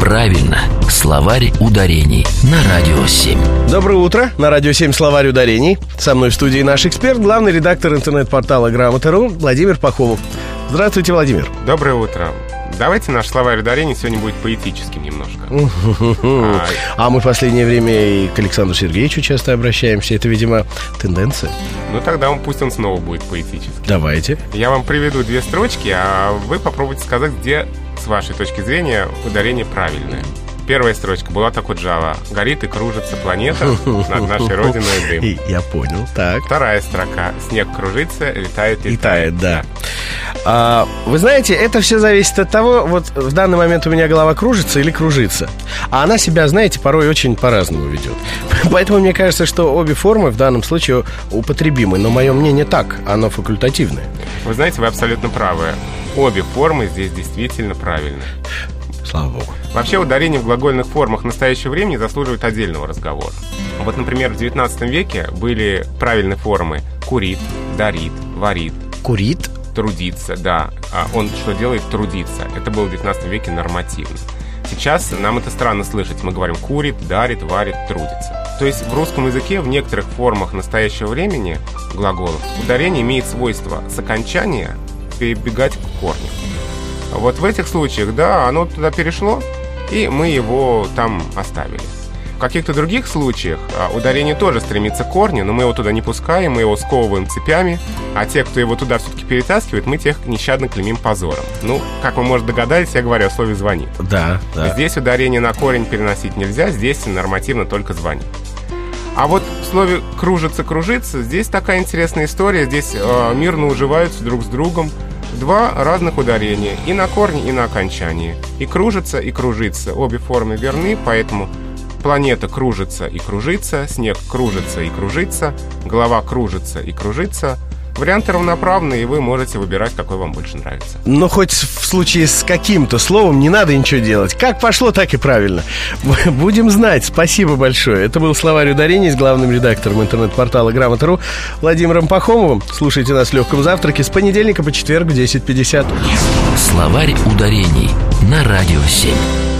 правильно. Словарь ударений на Радио 7. Доброе утро. На Радио 7 словарь ударений. Со мной в студии наш эксперт, главный редактор интернет-портала Грамота.ру Владимир Пахомов. Здравствуйте, Владимир. Доброе утро. Давайте наш словарь ударений сегодня будет поэтическим немножко. А мы в последнее время и к Александру Сергеевичу часто обращаемся. Это, видимо, тенденция. Ну тогда пусть он снова будет поэтическим. Давайте. Я вам приведу 2 строчки, а вы попробуйте сказать, где, с вашей точки зрения, ударение правильное. Первая строчка. Булат Акуджава. Горит и кружится планета над нашей родиной дым. Я понял, так. Вторая строка. Снег кружится, летает. Летает, да. Вы знаете, это все зависит от того, вот в данный момент у меня голова кружится или кружится. А она себя, знаете, порой очень по-разному ведет. Поэтому мне кажется, что обе формы в данном случае употребимы. Но мое мнение так, оно факультативное. Вы знаете, вы абсолютно правы. Обе формы здесь действительно правильны. Слава богу. Вообще ударение в глагольных формах настоящего времени заслуживает отдельного разговора. Вот, например, в 19 веке были правильные формы курит, дарит, варит. Курит? Трудиться, да. А он что делает? Трудиться. Это было в 19 веке нормативно. Сейчас нам это странно слышать. Мы говорим курит, дарит, варит, трудится. То есть в русском языке в некоторых формах настоящего времени глаголов ударение имеет свойство с окончания перебегать к корню. Вот в этих случаях, да, оно туда перешло, и мы его там оставили. В каких-то других случаях ударение тоже стремится к корню, но мы его туда не пускаем, мы его сковываем цепями, а те, кто его туда все-таки перетаскивает, мы тех нещадно клеймим позором. Ну, как вы, может, догадались, я говорю о слове «звонит». Да, да. Здесь ударение на корень переносить нельзя, здесь нормативно только «звонит». А вот в слове «кружится», здесь такая интересная история, здесь мирно уживаются друг с другом 2 разных ударения, и на корне, и на окончании. И кружится, и кружится. Обе формы верны, поэтому планета кружится и кружится, снег кружится и кружится, голова кружится и кружится. Варианты равноправные, и вы можете выбирать, какой вам больше нравится. Но хоть в случае с каким-то словом не надо ничего делать. Как пошло, так и правильно. Будем знать. Спасибо большое. Это был словарь ударений с главным редактором интернет-портала Грамота.ру Владимиром Пахомовым. Слушайте нас в легком завтраке с понедельника по четверг в 10:50. Словарь ударений на Радио 7.